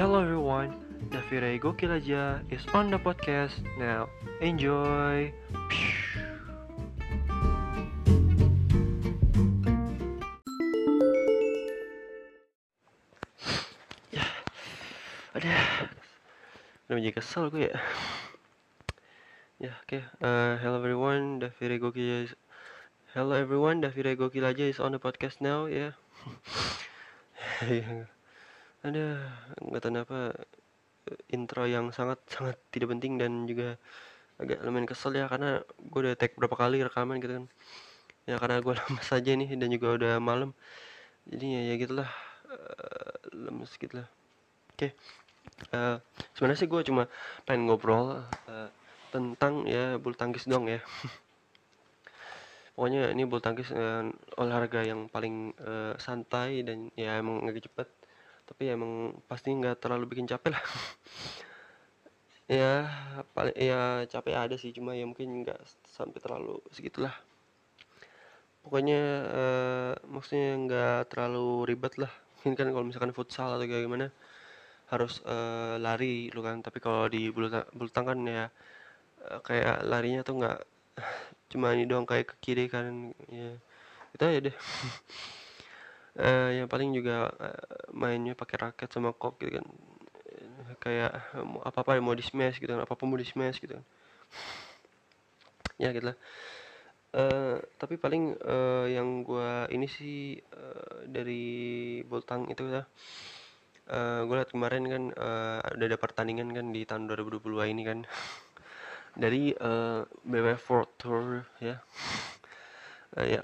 Hello everyone, Davire Gokil aja is on the podcast now. Enjoy. Ya, ada. Udah menjadi kesel gue ya. Ya, oke. Hello everyone, Davire Gokil. Hello everyone, Davire Gokil aja is on the podcast now ya. Ada nggak tahu kenapa intro yang sangat tidak penting dan juga agak lumayan kesel ya karena gue udah tag berapa kali rekaman gitu kan. Ya karena gue lemes aja nih dan juga udah malam. Jadi ya gitulah, lemes gitu lah. Oke. Sebenarnya sih gue cuma pengen ngobrol tentang ya bulu tangkis dong ya. Pokoknya ini bulu tangkis olahraga yang paling santai dan ya emang agak cepet. Tapi ya emang pasti nggak terlalu bikin capek lah. Ya paling ya capek ada sih, cuma ya mungkin nggak sampai terlalu segitulah. Pokoknya maksudnya nggak terlalu ribet lah. Mungkin kan kalau misalkan futsal atau kayak gimana harus lari lu kan, tapi kalau di bulu tangkis kan ya kayak larinya tuh nggak cuma ini doang, kayak ke kiri kan ya itu aja deh. Yang paling juga mainnya pakai raket sama kok gitu kan. Kayak apa-apa mau di smash gitu kan, apapun mau di smash gitu kan. Ya gitu lah. Tapi paling yang gua ini sih dari Boltang itu ya. Gue liat kemarin kan udah ada pertandingan kan di tahun 2022 ini kan dari BWF World Tour ya. Ya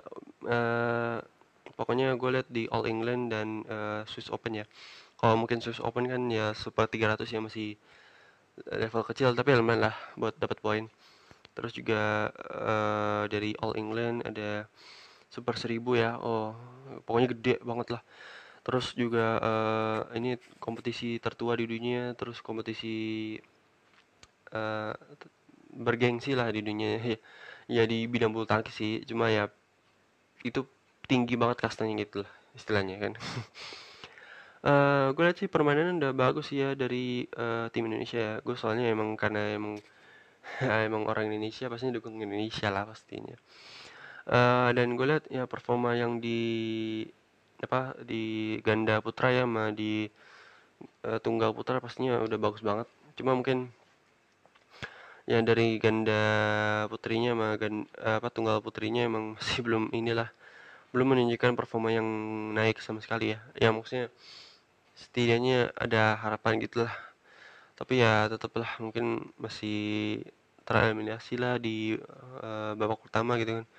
pokoknya gue liat di All England dan Swiss Open ya. Kalau mungkin Swiss Open kan ya Super 300 ya, masih level kecil tapi alhamdulillah buat dapat poin. Terus juga dari All England ada Super 1000 ya. Oh, pokoknya gede banget lah. Terus juga ini kompetisi tertua di dunia, terus kompetisi eh, bergengsi lah di dunia ya. Ya di bidang bulu tangkis sih, cuma ya itu tinggi banget kastanya gitu lah istilahnya kan. Gue lihat sih permainan udah bagus sih ya dari tim Indonesia ya. Gue soalnya emang karena emang emang orang Indonesia pastinya dukung Indonesia lah pastinya. Dan gue lihat ya performa yang di apa di ganda putra ya sama di tunggal putra pastinya udah bagus banget. Cuma mungkin ya dari ganda putrinya sama apa tunggal putrinya emang masih belum inilah, belum menunjukkan performa yang naik sama sekali ya. Ya maksudnya setidaknya ada harapan gitu lah. Tapi ya tetaplah mungkin masih tereliminasi lah di babak pertama gitu kan.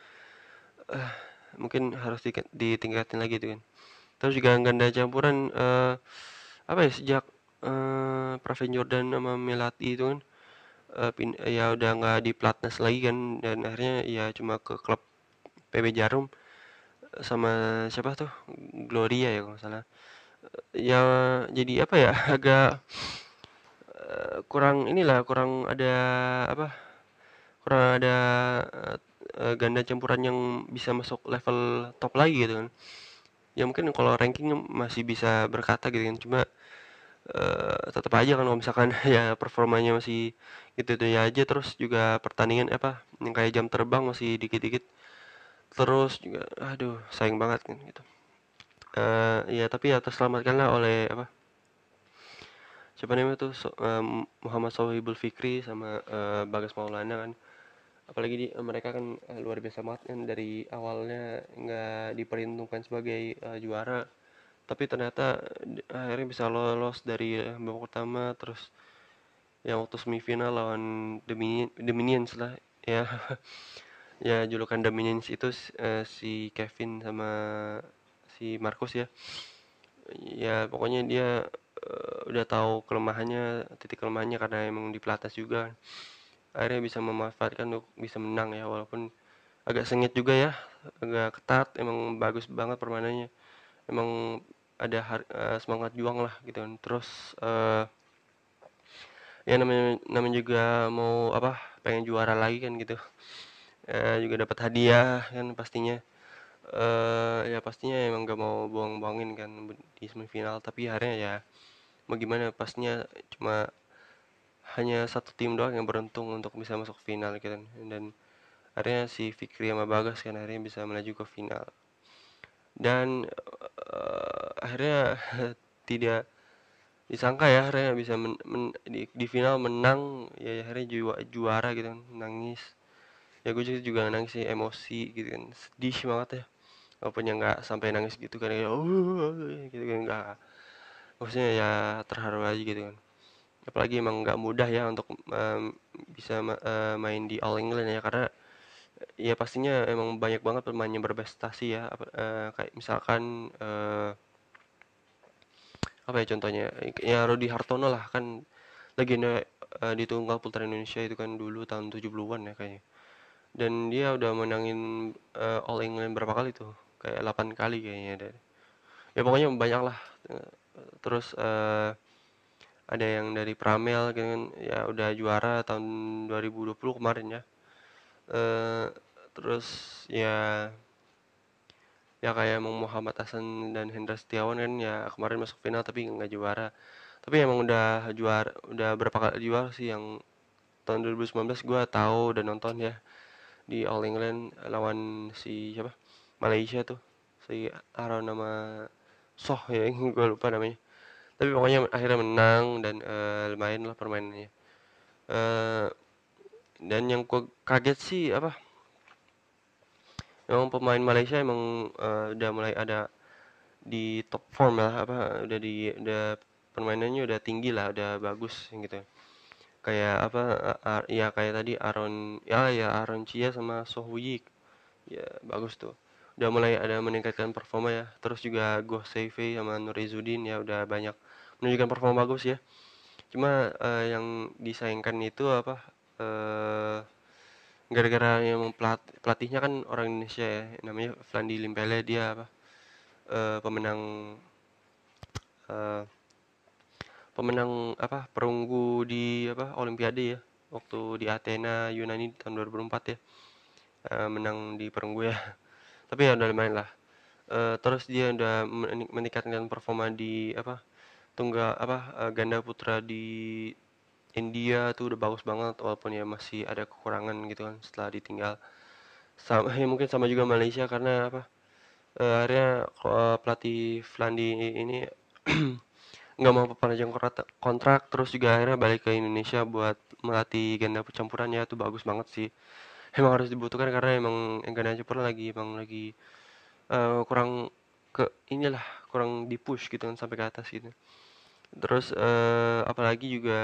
Mungkin harus ditingkatin lagi gitu kan. Terus juga ganda campuran apa ya, sejak Praven Jordan sama Melati itu kan ya udah nggak di Platnas lagi kan, dan akhirnya ya cuma ke klub PB Jarum sama siapa tuh, Gloria ya kalau nggak salah. Ya jadi apa ya agak kurang inilah, kurang ada apa, kurang ada ganda campuran yang bisa masuk level top lagi gitu kan. Ya mungkin kalau ranking masih bisa berkata gitu kan, cuma tetap aja kan kalau misalkan ya performanya masih gitu-gitu ya aja, terus juga pertandingan apa yang kayak jam terbang masih dikit-dikit, terus juga aduh sayang banget kan gitu. Ya tapi ya terselamatkan lah oleh apa, siapa namanya tuh Muhammad Sohibul Fikri sama Bagas Maulana kan. Apalagi mereka kan luar biasa banget kan, dari awalnya nggak diperhitungkan sebagai juara, tapi ternyata akhirnya bisa lolos dari babak pertama. Terus yang waktu semifinal lawan The Minions lah ya. Ya julukan The Minions itu si Kevin sama si Marcus ya. Ya pokoknya dia udah tahu kelemahannya, titik kelemahannya, karena emang di pelatnas juga akhirnya bisa memanfaatkan untuk bisa menang ya, walaupun agak sengit juga ya, agak ketat. Emang bagus banget permainannya, emang ada semangat juang lah gitu kan. Terus ya namanya namanya juga mau apa, pengen juara lagi kan gitu. Juga dapat hadiah kan pastinya. Ya pastinya emang gak mau buang-buangin kan di semifinal, tapi akhirnya ya mau gimana pastinya cuma hanya satu tim doang yang beruntung untuk bisa masuk final gitu kan. Dan akhirnya si Fikri sama Bagas kan akhirnya bisa melaju ke final. Dan akhirnya tidak disangka ya akhirnya bisa di final menang ya akhirnya juara gitu kan, nangis. Ya gue juga nangis sih, emosi gitu kan, sedih banget ya. Walaupun ya nggak sampai nangis gitu kan ya, gitu kan nggak. Maksudnya ya terharu aja gitu kan. Apalagi emang nggak mudah ya untuk bisa main di All England ya, karena ya pastinya emang banyak banget pemain yang berprestasi ya. Kayak misalkan apa ya contohnya, ya Rudi Hartono lah kan, legenda di tunggal putra Indonesia itu kan dulu tahun 70-an ya kayaknya. Dan dia udah menangin All England berapa kali tuh, kayak 8 kali kayaknya ada. Ya pokoknya banyak lah. Terus ada yang dari Pramel gitu kan, ya udah juara tahun 2020 kemarin ya. eh Terus ya kayak emang Muhammad Hasan dan Hendra Setiawan kan ya kemarin masuk final tapi nggak juara. Tapi emang udah juara, udah berapa kali juara sih. Yang tahun 2019 gue tahu dan nonton ya, di All England lawan si siapa, Malaysia tuh, si Aaron nama Soh ya, gue lupa namanya. Tapi pokoknya akhirnya menang dan lumayan lah permainannya. eh dan yang gue kaget sih apa, emang pemain Malaysia emang udah mulai ada di top form lah, apa udah permainannya udah tinggi lah, udah bagus gitu. Kayak apa, ya kayak tadi Aaron Chia sama Soh Wuyik, ya bagus tuh, udah mulai ada meningkatkan performa ya. Terus juga Goh Seife sama Nur Izzuddin ya udah banyak menunjukkan performa bagus ya. Cuma yang disayangkan itu apa, eh gara-gara yang pelatihnya kan orang Indonesia ya, namanya Flandi Limpele, dia apa, pemenang eh, pemenang apa, perunggu di apa Olimpiade ya, waktu di Athena Yunani tahun 2004 ya. Menang di perunggu ya. Tapi ya udah lumayan lah. Terus dia udah meningkatkan performa di apa, tunggal apa, ganda putra di India tuh udah bagus banget, walaupun ya masih ada kekurangan gitu kan setelah ditinggal. Sama ya mungkin sama juga Malaysia, karena apa, akhirnya pelatih Flandi ini nggak mau perpanjang kontrak, terus juga akhirnya balik ke Indonesia buat melatih ganda campurannya. Tuh bagus banget sih, emang harus dibutuhkan karena emang ganda campuran lagi kurang ke inilah, kurang di push gitu kan sampai ke atas gitu. Terus apalagi juga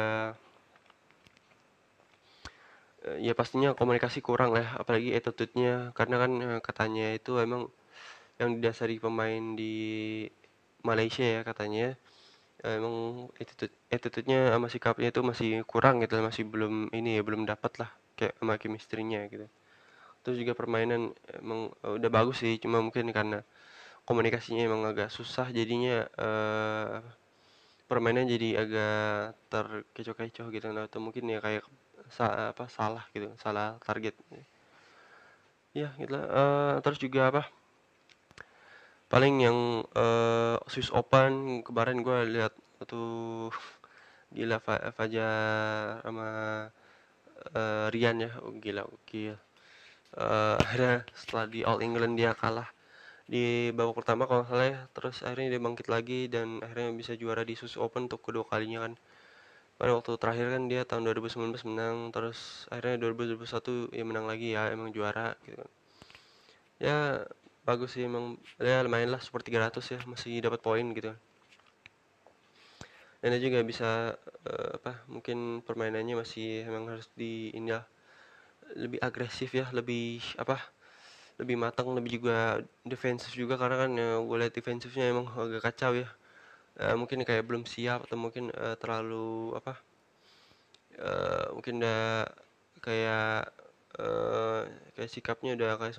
ya pastinya komunikasi kurang lah, apalagi attitude-nya, karena kan katanya itu emang yang didasari pemain di Malaysia ya katanya, emang attitude-nya sama sikapnya itu masih kurang gitu, masih belum ini ya, belum dapat lah kayak sama chemistry-nya gitu. Terus juga permainan emang udah bagus sih, cuma mungkin karena komunikasinya emang agak susah, jadinya permainan jadi agak terkecoh-kecoh gitu nah, atau mungkin ya kayak salah gitu, salah target ya gitu lah. Terus juga apa, paling yang Swiss Open kemarin gue lihat tuh, gila Fajar sama Rian ya, oh, gila gokil. Akhirnya setelah di All England dia kalah di babak pertama kalau nggak salah ya, terus akhirnya dia bangkit lagi dan akhirnya bisa juara di Swiss Open untuk kedua kalinya kan. Pada waktu terakhir kan dia tahun 2019 menang, terus akhirnya 2021 ya menang lagi ya, emang juara gitu kan. Ya bagus sih emang, ya lumayan lah super 300 ya, masih dapat poin gitu kan. Dan dia juga bisa apa, mungkin permainannya masih emang harus di ini lah, lebih agresif ya, lebih apa, lebih matang, lebih juga defensif juga, karena kan ya, gue lihat defensifnya emang agak kacau ya. Mungkin kayak belum siap, atau mungkin terlalu apa, mungkin udah kayak eh, kayak sikapnya udah kayak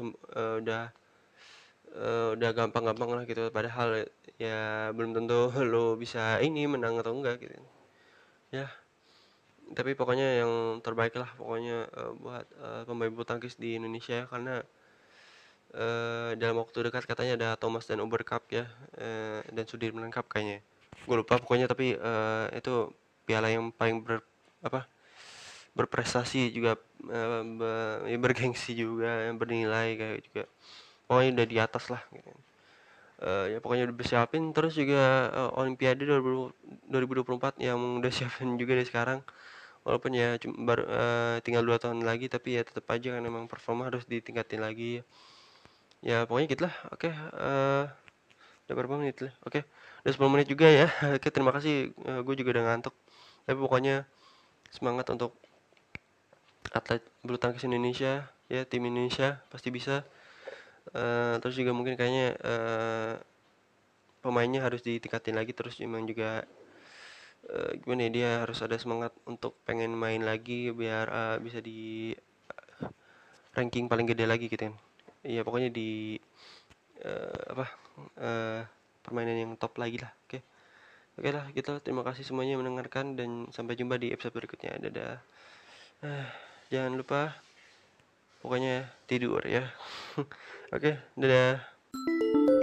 udah gampang-gampang lah gitu, padahal ya belum tentu lo bisa ini menang atau enggak gitu ya. Tapi pokoknya yang terbaik lah pokoknya buat pemain bulu tangkis di Indonesia ya, karena dalam waktu dekat katanya ada Thomas dan Uber Cup ya, dan Sudirman Cup kayaknya. gue lupa pokoknya, tapi itu piala yang paling apa berprestasi juga, ya bergengsi juga, yang bernilai kayak juga, pokoknya udah di atas lah gitu. Ya pokoknya udah bersiapin, terus juga Olimpiade 2024 yang udah siapin juga dari sekarang, walaupun ya baru tinggal 2 tahun lagi, tapi ya tetap aja kan emang performa harus ditingkatin lagi ya, pokoknya gitu lah. Oke, udah berapa menit lah? Oke, udah 10 menit juga ya. Oke, terima kasih, gue juga udah ngantuk, tapi pokoknya semangat untuk atlet bulu tangkis Indonesia ya, tim Indonesia pasti bisa. Terus juga mungkin kayaknya pemainnya harus ditingkatin lagi, terus emang juga gimana ya, dia harus ada semangat untuk pengen main lagi biar bisa di ranking paling gede lagi gitu kan. Iya pokoknya di apa eh, permainan yang top lagi lah. Oke. Oke lah gitu. Terima kasih semuanya mendengarkan dan sampai jumpa di episode berikutnya. Dadah. Jangan lupa pokoknya tidur ya. Oke, dadah.